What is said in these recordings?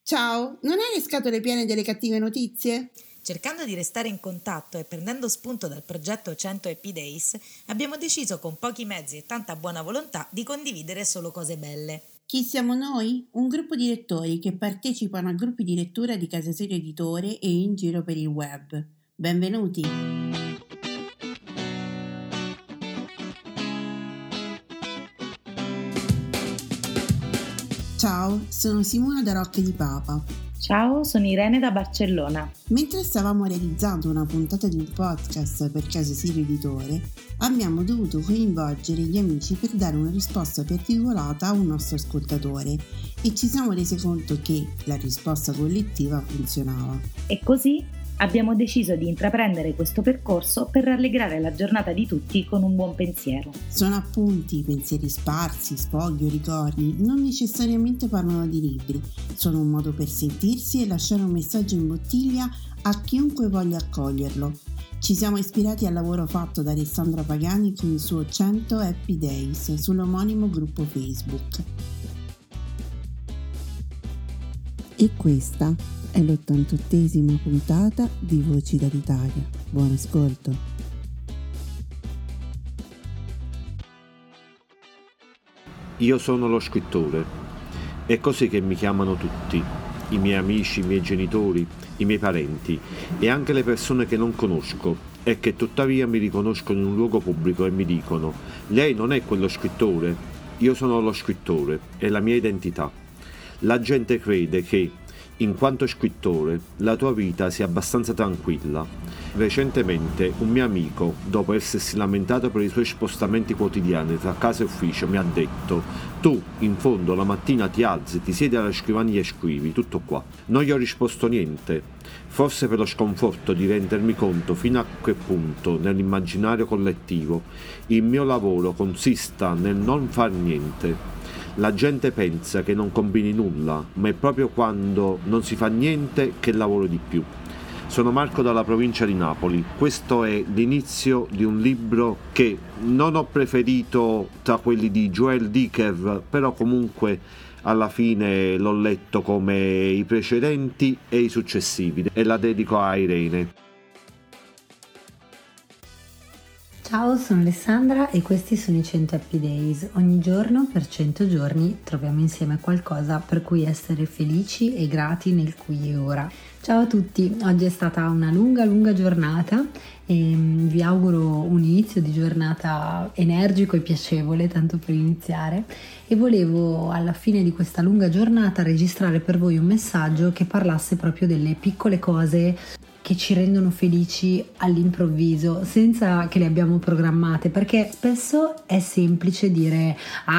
Ciao, non hai le scatole piene delle cattive notizie? Cercando di restare in contatto e prendendo spunto dal progetto 100 Happy Days, abbiamo deciso con pochi mezzi e tanta buona volontà di condividere solo cose belle. Chi siamo noi? Un gruppo di lettori che partecipano a gruppi di lettura di Casa Serio Editore e in giro per il web. Benvenuti! Ciao, sono Simona da Rocche di Papa. Ciao, sono Irene da Barcellona. Mentre stavamo realizzando una puntata di un podcast per Casa Serio Editore, abbiamo dovuto coinvolgere gli amici per dare una risposta più articolata a un nostro ascoltatore e ci siamo resi conto che la risposta collettiva funzionava. E così abbiamo deciso di intraprendere questo percorso per rallegrare la giornata di tutti con un buon pensiero. Sono appunti, pensieri sparsi, sfoghi o ricordi, non necessariamente parlano di libri, sono un modo per sentirsi e lasciare un messaggio in bottiglia a chiunque voglia accoglierlo. Ci siamo ispirati al lavoro fatto da Alessandra Pagani con il suo 100 Happy Days sull'omonimo gruppo Facebook. E questa è l'88esima puntata di Voci dall'Italia. Buon ascolto! Io sono lo scrittore. È così che mi chiamano tutti. I miei amici, i miei genitori, i miei parenti e anche le persone che non conosco e che tuttavia mi riconoscono in un luogo pubblico e mi dicono: lei non è quello scrittore? Io sono lo scrittore, è la mia identità. La gente crede che, in quanto scrittore, la tua vita sia abbastanza tranquilla. Recentemente un mio amico, dopo essersi lamentato per i suoi spostamenti quotidiani tra casa e ufficio, mi ha detto: tu, in fondo, la mattina ti alzi, ti siedi alla scrivania e scrivi, tutto qua. Non gli ho risposto niente, forse per lo sconforto di rendermi conto fino a che punto, nell'immaginario collettivo, il mio lavoro consista nel non far niente. La gente pensa che non combini nulla, ma è proprio quando non si fa niente che lavoro di più. Sono Marco dalla provincia di Napoli. Questo è l'inizio di un libro che non ho preferito tra quelli di Joel Dicker, però comunque alla fine l'ho letto come i precedenti e i successivi e la dedico a Irene. Ciao, sono Alessandra e questi sono i 100 Happy Days. Ogni giorno per 100 giorni troviamo insieme qualcosa per cui essere felici e grati nel qui e ora. Ciao a tutti, oggi è stata una lunga giornata e vi auguro un inizio di giornata energico e piacevole, tanto per iniziare, e volevo alla fine di questa lunga giornata registrare per voi un messaggio che parlasse proprio delle piccole cose che ci rendono felici all'improvviso, senza che le abbiamo programmate, perché spesso è semplice dire: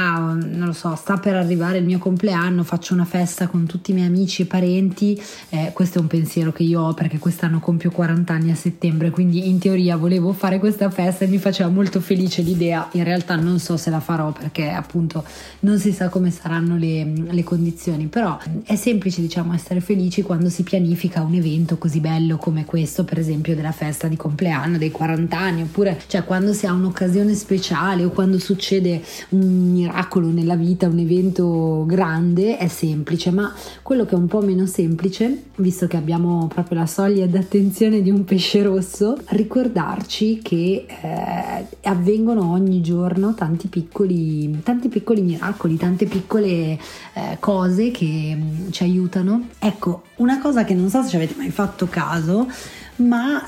non lo so, sta per arrivare il mio compleanno, faccio una festa con tutti i miei amici e parenti. Questo è un pensiero che io ho perché quest'anno compio 40 anni a settembre, quindi in teoria volevo fare questa festa e mi faceva molto felice l'idea. In realtà non so se la farò perché appunto non si sa come saranno le condizioni, però è semplice, diciamo, essere felici quando si pianifica un evento così bello come questo, per esempio della festa di compleanno dei 40 anni, oppure quando si ha un'occasione speciale o quando succede un miracolo nella vita, un evento grande. È semplice, ma quello che è un po' meno semplice, visto che abbiamo proprio la soglia d'attenzione di un pesce rosso, ricordarci che avvengono ogni giorno tanti piccoli miracoli, tante piccole cose che ci aiutano. Ecco, una cosa che non so se ci avete mai fatto caso, ma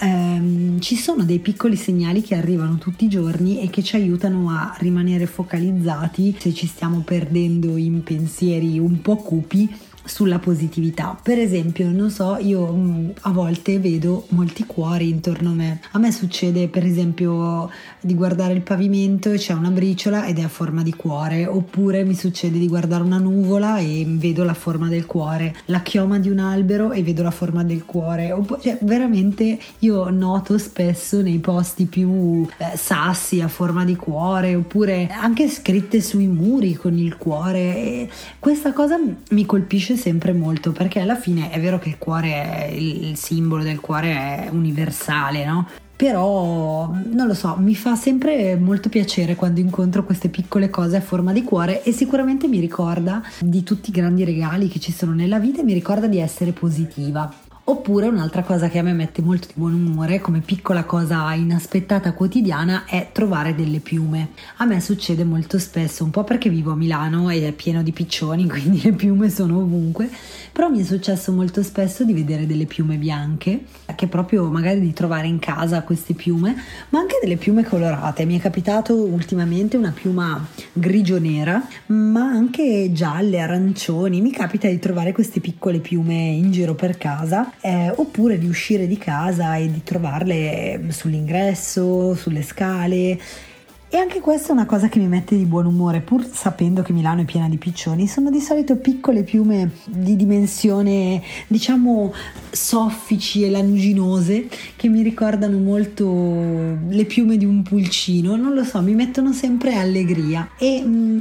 ci sono dei piccoli segnali che arrivano tutti i giorni e che ci aiutano a rimanere focalizzati se ci stiamo perdendo in pensieri un po' cupi sulla positività. Per esempio, non so, io a volte vedo molti cuori intorno a me. A me succede, per esempio, di guardare il pavimento e c'è una briciola ed è a forma di cuore, oppure mi succede di guardare una nuvola e vedo la forma del cuore, la chioma di un albero e vedo la forma del cuore. Veramente io noto spesso nei posti più sassi a forma di cuore, oppure anche scritte sui muri con il cuore, e questa cosa mi colpisce sempre molto, perché alla fine è vero che il cuore il simbolo del cuore è universale, no? però non lo so, mi fa sempre molto piacere quando incontro queste piccole cose a forma di cuore, e sicuramente mi ricorda di tutti i grandi regali che ci sono nella vita e mi ricorda di essere positiva. Oppure un'altra cosa che a me mette molto di buon umore, come piccola cosa inaspettata quotidiana, è trovare delle piume. A me succede molto spesso, un po' perché vivo a Milano e è pieno di piccioni, quindi le piume sono ovunque, però mi è successo molto spesso di vedere delle piume bianche, che proprio magari di trovare in casa queste piume, ma anche delle piume colorate. Mi è capitato ultimamente una piuma grigio-nera, ma anche gialle, arancioni. Mi capita di trovare queste piccole piume in giro per casa. Oppure di uscire di casa e di trovarle sull'ingresso, sulle scale, e anche questa è una cosa che mi mette di buon umore, pur sapendo che Milano è piena di piccioni. Sono di solito piccole piume di dimensione, diciamo, soffici e lanuginose, che mi ricordano molto le piume di un pulcino. Non lo so, mi mettono sempre allegria. E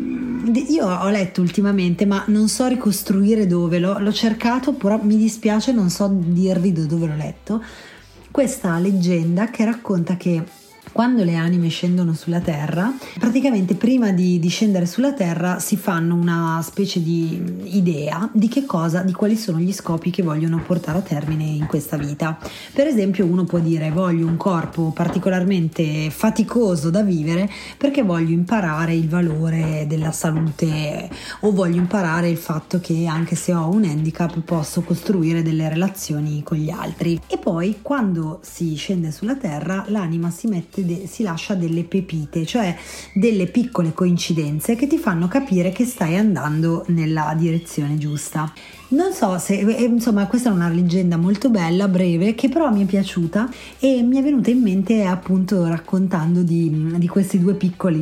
io ho letto ultimamente, ma non so ricostruire dove, l'ho cercato, però mi dispiace, non so dirvi da dove l'ho letto, questa leggenda che racconta che quando le anime scendono sulla terra, praticamente prima di scendere sulla terra si fanno una specie di idea di che cosa, di quali sono gli scopi che vogliono portare a termine in questa vita. Per esempio, uno può dire: voglio un corpo particolarmente faticoso da vivere perché voglio imparare il valore della salute, o voglio imparare il fatto che anche se ho un handicap posso costruire delle relazioni con gli altri. E poi quando si scende sulla terra l'anima si lascia delle pepite, cioè delle piccole coincidenze che ti fanno capire che stai andando nella direzione giusta. Non so se, insomma, questa è una leggenda molto bella, breve, che però mi è piaciuta e mi è venuta in mente appunto raccontando di queste due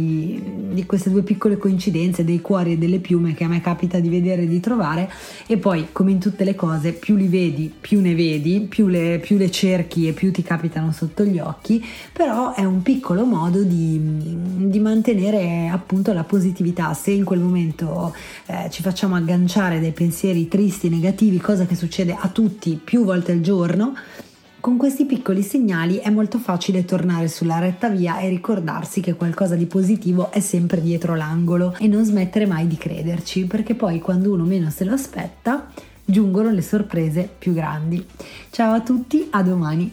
piccole coincidenze, dei cuori e delle piume che a me capita di vedere e di trovare. E poi, come in tutte le cose, più li vedi, più ne vedi, più le cerchi e più ti capitano sotto gli occhi, però è un piccolo modo di mantenere appunto la positività. Se in quel momento ci facciamo agganciare dai pensieri tristi, negativi, cosa che succede a tutti più volte al giorno, con questi piccoli segnali è molto facile tornare sulla retta via e ricordarsi che qualcosa di positivo è sempre dietro l'angolo e non smettere mai di crederci, perché poi quando uno meno se lo aspetta giungono le sorprese più grandi. Ciao a tutti, a domani.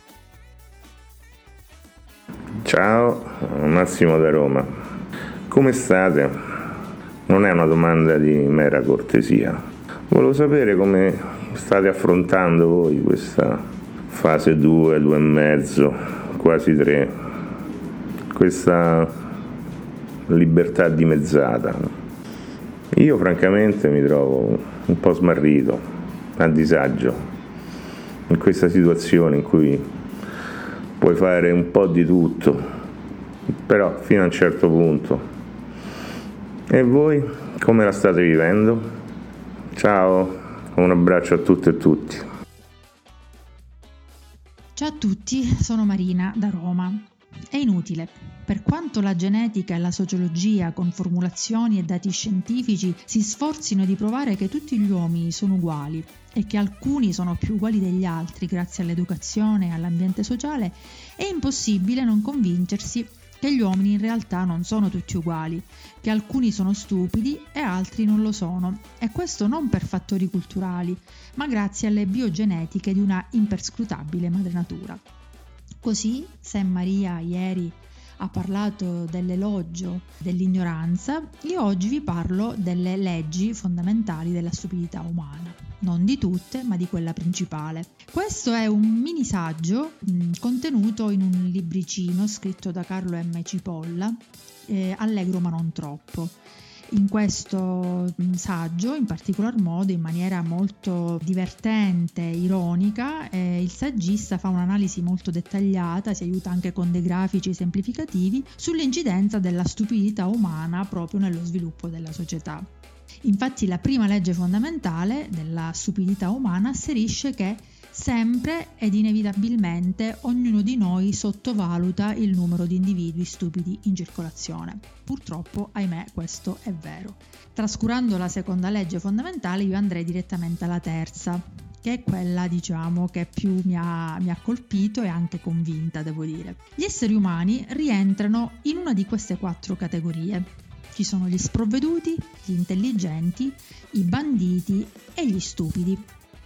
Ciao, Massimo da Roma. Come state? Non è una domanda di mera cortesia. Volevo sapere come state affrontando voi questa fase 2, 2,5, quasi 3, questa libertà dimezzata. Io francamente mi trovo un po' smarrito, a disagio, in questa situazione in cui puoi fare un po' di tutto, però fino a un certo punto. E voi come la state vivendo? Ciao, un abbraccio a tutte e tutti. Ciao a tutti, sono Marina da Roma. È inutile. Per quanto la genetica e la sociologia, con formulazioni e dati scientifici, si sforzino di provare che tutti gli uomini sono uguali e che alcuni sono più uguali degli altri grazie all'educazione e all'ambiente sociale, è impossibile non convincersi che gli uomini in realtà non sono tutti uguali, che alcuni sono stupidi e altri non lo sono, e questo non per fattori culturali, ma grazie alle biogenetiche di una imperscrutabile madre natura. Così, se Maria ieri ha parlato dell'elogio dell'ignoranza, io oggi vi parlo delle leggi fondamentali della stupidità umana. Non di tutte, ma di quella principale. Questo è un mini saggio contenuto in un libricino scritto da Carlo M. Cipolla, allegro ma non troppo. In questo saggio, in particolar modo, in maniera molto divertente, ironica, il saggista fa un'analisi molto dettagliata, si aiuta anche con dei grafici esemplificativi, sull'incidenza della stupidità umana proprio nello sviluppo della società. Infatti la prima legge fondamentale della stupidità umana asserisce che sempre ed inevitabilmente ognuno di noi sottovaluta il numero di individui stupidi in circolazione. Purtroppo, ahimè, questo è vero. Trascurando la seconda legge fondamentale, io andrei direttamente alla terza, che è quella, diciamo, che più mi ha colpito e anche convinta, devo dire. Gli esseri umani rientrano in una di queste 4 categorie. Ci sono gli sprovveduti, gli intelligenti, i banditi e gli stupidi.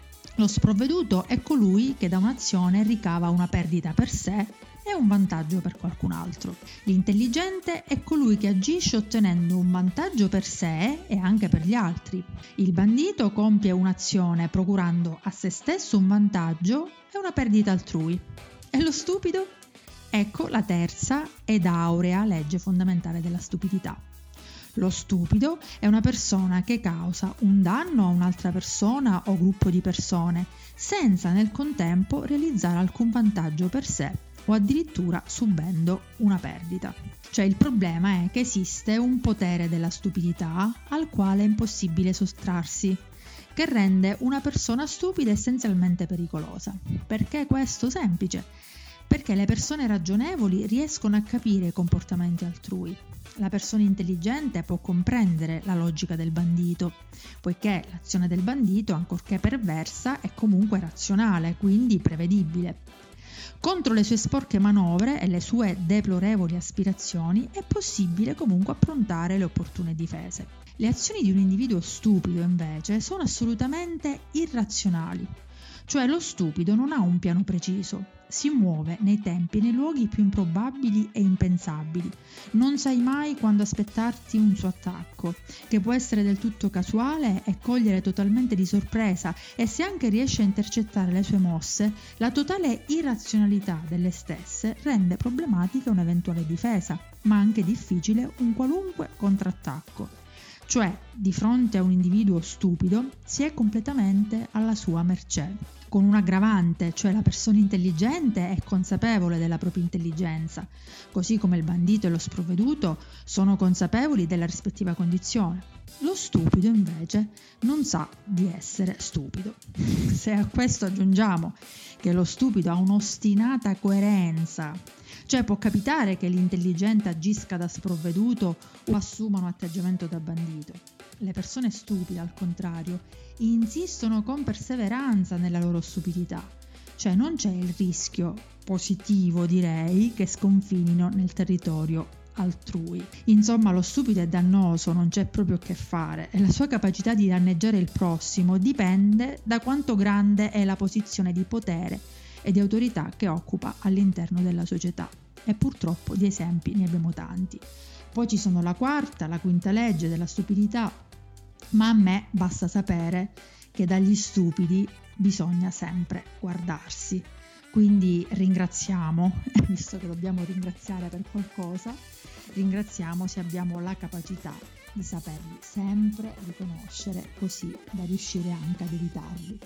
Lo sprovveduto è colui che da un'azione ricava una perdita per sé e un vantaggio per qualcun altro. L'intelligente è colui che agisce ottenendo un vantaggio per sé e anche per gli altri. Il bandito compie un'azione procurando a se stesso un vantaggio e una perdita altrui. E lo stupido? Ecco la terza ed aurea legge fondamentale della stupidità. Lo stupido è una persona che causa un danno a un'altra persona o gruppo di persone senza nel contempo realizzare alcun vantaggio per sé o addirittura subendo una perdita. Cioè il problema è che esiste un potere della stupidità al quale è impossibile sottrarsi, che rende una persona stupida essenzialmente pericolosa. Perché questo? Semplice. Perché le persone ragionevoli riescono a capire i comportamenti altrui. La persona intelligente può comprendere la logica del bandito, poiché l'azione del bandito, ancorché perversa, è comunque razionale, quindi prevedibile. Contro le sue sporche manovre e le sue deplorevoli aspirazioni è possibile comunque approntare le opportune difese. Le azioni di un individuo stupido, invece, sono assolutamente irrazionali. Cioè lo stupido non ha un piano preciso, si muove nei tempi e nei luoghi più improbabili e impensabili. Non sai mai quando aspettarti un suo attacco, che può essere del tutto casuale e cogliere totalmente di sorpresa, e se anche riesce a intercettare le sue mosse, la totale irrazionalità delle stesse rende problematica un'eventuale difesa, ma anche difficile un qualunque contrattacco. Cioè, di fronte a un individuo stupido, si è completamente alla sua mercé, con un aggravante, cioè la persona intelligente è consapevole della propria intelligenza, così come il bandito e lo sprovveduto sono consapevoli della rispettiva condizione. Lo stupido, invece, non sa di essere stupido. Se a questo aggiungiamo che lo stupido ha un'ostinata coerenza, cioè può capitare che l'intelligente agisca da sprovveduto o assuma un atteggiamento da bandito. Le persone stupide, al contrario, insistono con perseveranza nella loro stupidità, cioè non c'è il rischio positivo, direi, che sconfinino nel territorio altrui. Insomma, lo stupido è dannoso, non c'è proprio che fare, e la sua capacità di danneggiare il prossimo dipende da quanto grande è la posizione di potere e di autorità che occupa all'interno della società. E purtroppo di esempi ne abbiamo tanti. Poi ci sono la quarta, la quinta legge della stupidità, ma a me basta sapere che dagli stupidi bisogna sempre guardarsi. Quindi ringraziamo, visto che dobbiamo ringraziare per qualcosa, ringraziamo se abbiamo la capacità di saperli sempre riconoscere, così da riuscire anche ad evitarli.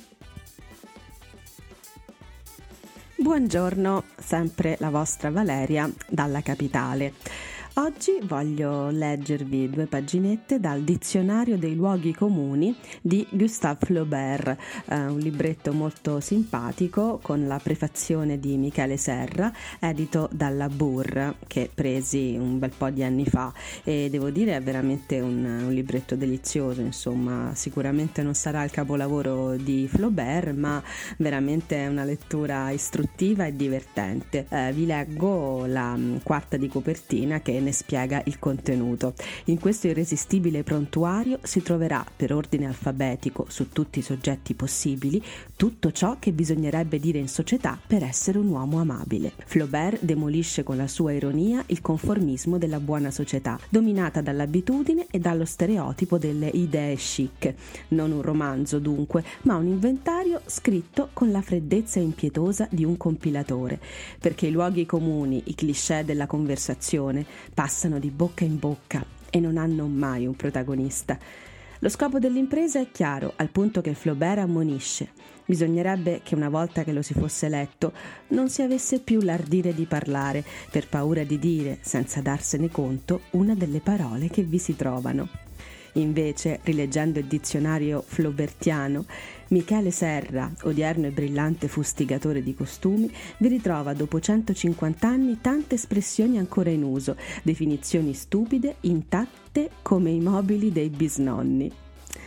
Buongiorno, sempre la vostra Valeria dalla capitale. Oggi voglio leggervi 2 paginette dal Dizionario dei luoghi comuni di Gustave Flaubert, un libretto molto simpatico con la prefazione di Michele Serra, edito dalla Burr, che presi un bel po' di anni fa, e devo dire è veramente un libretto delizioso. Insomma, sicuramente non sarà il capolavoro di Flaubert, ma veramente è una lettura istruttiva e divertente. Vi leggo la quarta di copertina che ne spiega il contenuto. In questo irresistibile prontuario si troverà, per ordine alfabetico su tutti i soggetti possibili, tutto ciò che bisognerebbe dire in società per essere un uomo amabile. Flaubert demolisce con la sua ironia il conformismo della buona società, dominata dall'abitudine e dallo stereotipo delle idee chic. Non un romanzo dunque, ma un inventario scritto con la freddezza impietosa di un compilatore, perché i luoghi comuni, i cliché della conversazione, passano di bocca in bocca e non hanno mai un protagonista. Lo scopo dell'impresa è chiaro, al punto che Flaubert ammonisce: bisognerebbe che una volta che lo si fosse letto non si avesse più l'ardire di parlare, per paura di dire, senza darsene conto, una delle parole che vi si trovano. Invece, rileggendo il dizionario flaubertiano, Michele Serra, odierno e brillante fustigatore di costumi, vi ritrova dopo 150 anni tante espressioni ancora in uso, definizioni stupide, intatte come i mobili dei bisnonni.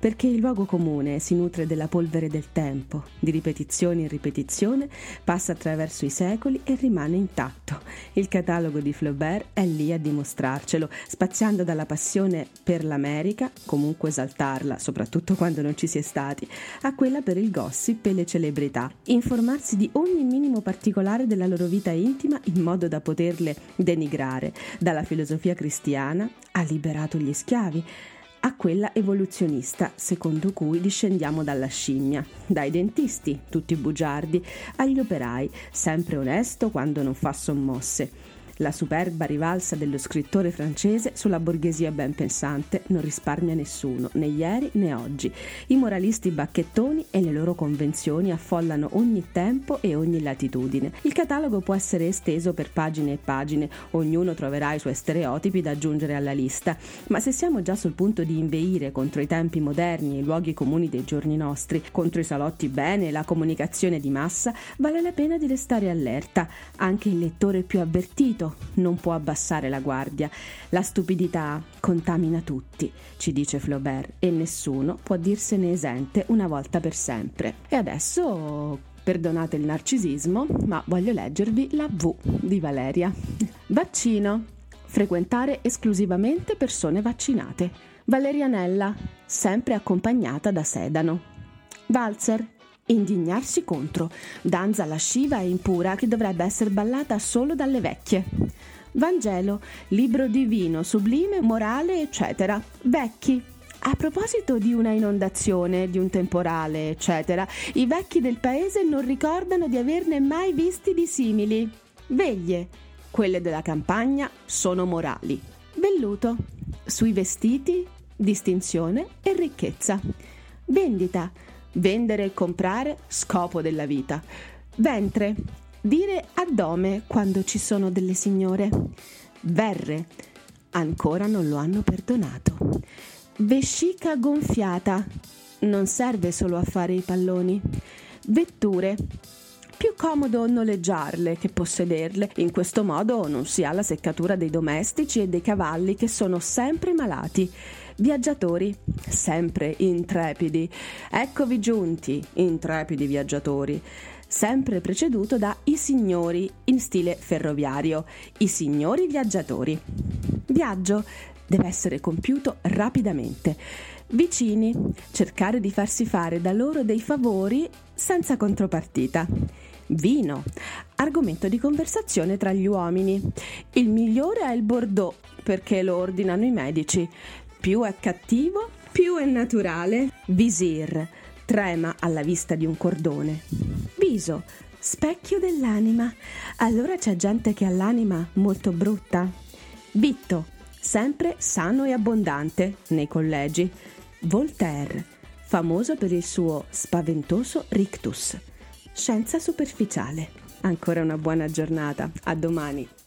perché il luogo comune si nutre della polvere del tempo, di ripetizione in ripetizione, passa attraverso i secoli e rimane intatto. Il catalogo di Flaubert è lì a dimostrarcelo, spaziando dalla passione per l'America, comunque esaltarla, soprattutto quando non ci si è stati, a quella per il gossip e le celebrità. Informarsi di ogni minimo particolare della loro vita intima in modo da poterle denigrare. Dalla filosofia cristiana ha liberato gli schiavi, a quella evoluzionista, secondo cui discendiamo dalla scimmia, dai dentisti, tutti bugiardi, agli operai, sempre onesto quando non fa sommosse. La superba rivalsa dello scrittore francese sulla borghesia ben pensante non risparmia nessuno, né ieri né oggi. I moralisti bacchettoni e le loro convenzioni affollano ogni tempo e ogni latitudine. Il catalogo può essere esteso per pagine e pagine, ognuno troverà i suoi stereotipi da aggiungere alla lista, ma se siamo già sul punto di inveire contro i tempi moderni e i luoghi comuni dei giorni nostri, contro i salotti bene e la comunicazione di massa, vale la pena di restare allerta. Anche il lettore più avvertito non può abbassare la guardia. La stupidità contamina tutti, ci dice Flaubert, e nessuno può dirsene esente una volta per sempre. E adesso, perdonate il narcisismo, ma voglio leggervi la V di Valeria. Vaccino. Frequentare esclusivamente persone vaccinate. Valerianella, sempre accompagnata da sedano. Valzer. Indignarsi contro, danza lasciva e impura che dovrebbe essere ballata solo dalle vecchie. Vangelo, libro divino, sublime, morale, eccetera. Vecchi. A proposito di una inondazione, di un temporale, eccetera, i vecchi del paese non ricordano di averne mai visti di simili. Veglie. Quelle della campagna sono morali. Velluto. Sui vestiti, distinzione e ricchezza. Vendita. Vendere e comprare, scopo della vita. Ventre, dire addome quando ci sono delle signore. Verre, ancora non lo hanno perdonato. Vescica gonfiata, non serve solo a fare i palloni. Vetture, più comodo noleggiarle che possederle. In questo modo non si ha la seccatura dei domestici e dei cavalli che sono sempre malati. Viaggiatori, sempre intrepidi. Eccovi giunti, intrepidi viaggiatori. Sempre preceduto da i signori in stile ferroviario. I signori viaggiatori. Viaggio deve essere compiuto rapidamente. Vicini, cercare di farsi fare da loro dei favori senza contropartita. Vino, argomento di conversazione tra gli uomini. Il migliore è il Bordeaux, perché lo ordinano i medici. Più è cattivo, più è naturale. Visir, trema alla vista di un cordone. Viso, specchio dell'anima. Allora c'è gente che ha l'anima molto brutta. Vitto, sempre sano e abbondante nei collegi. Voltaire, famoso per il suo spaventoso rictus. Scienza superficiale. Ancora una buona giornata. A domani.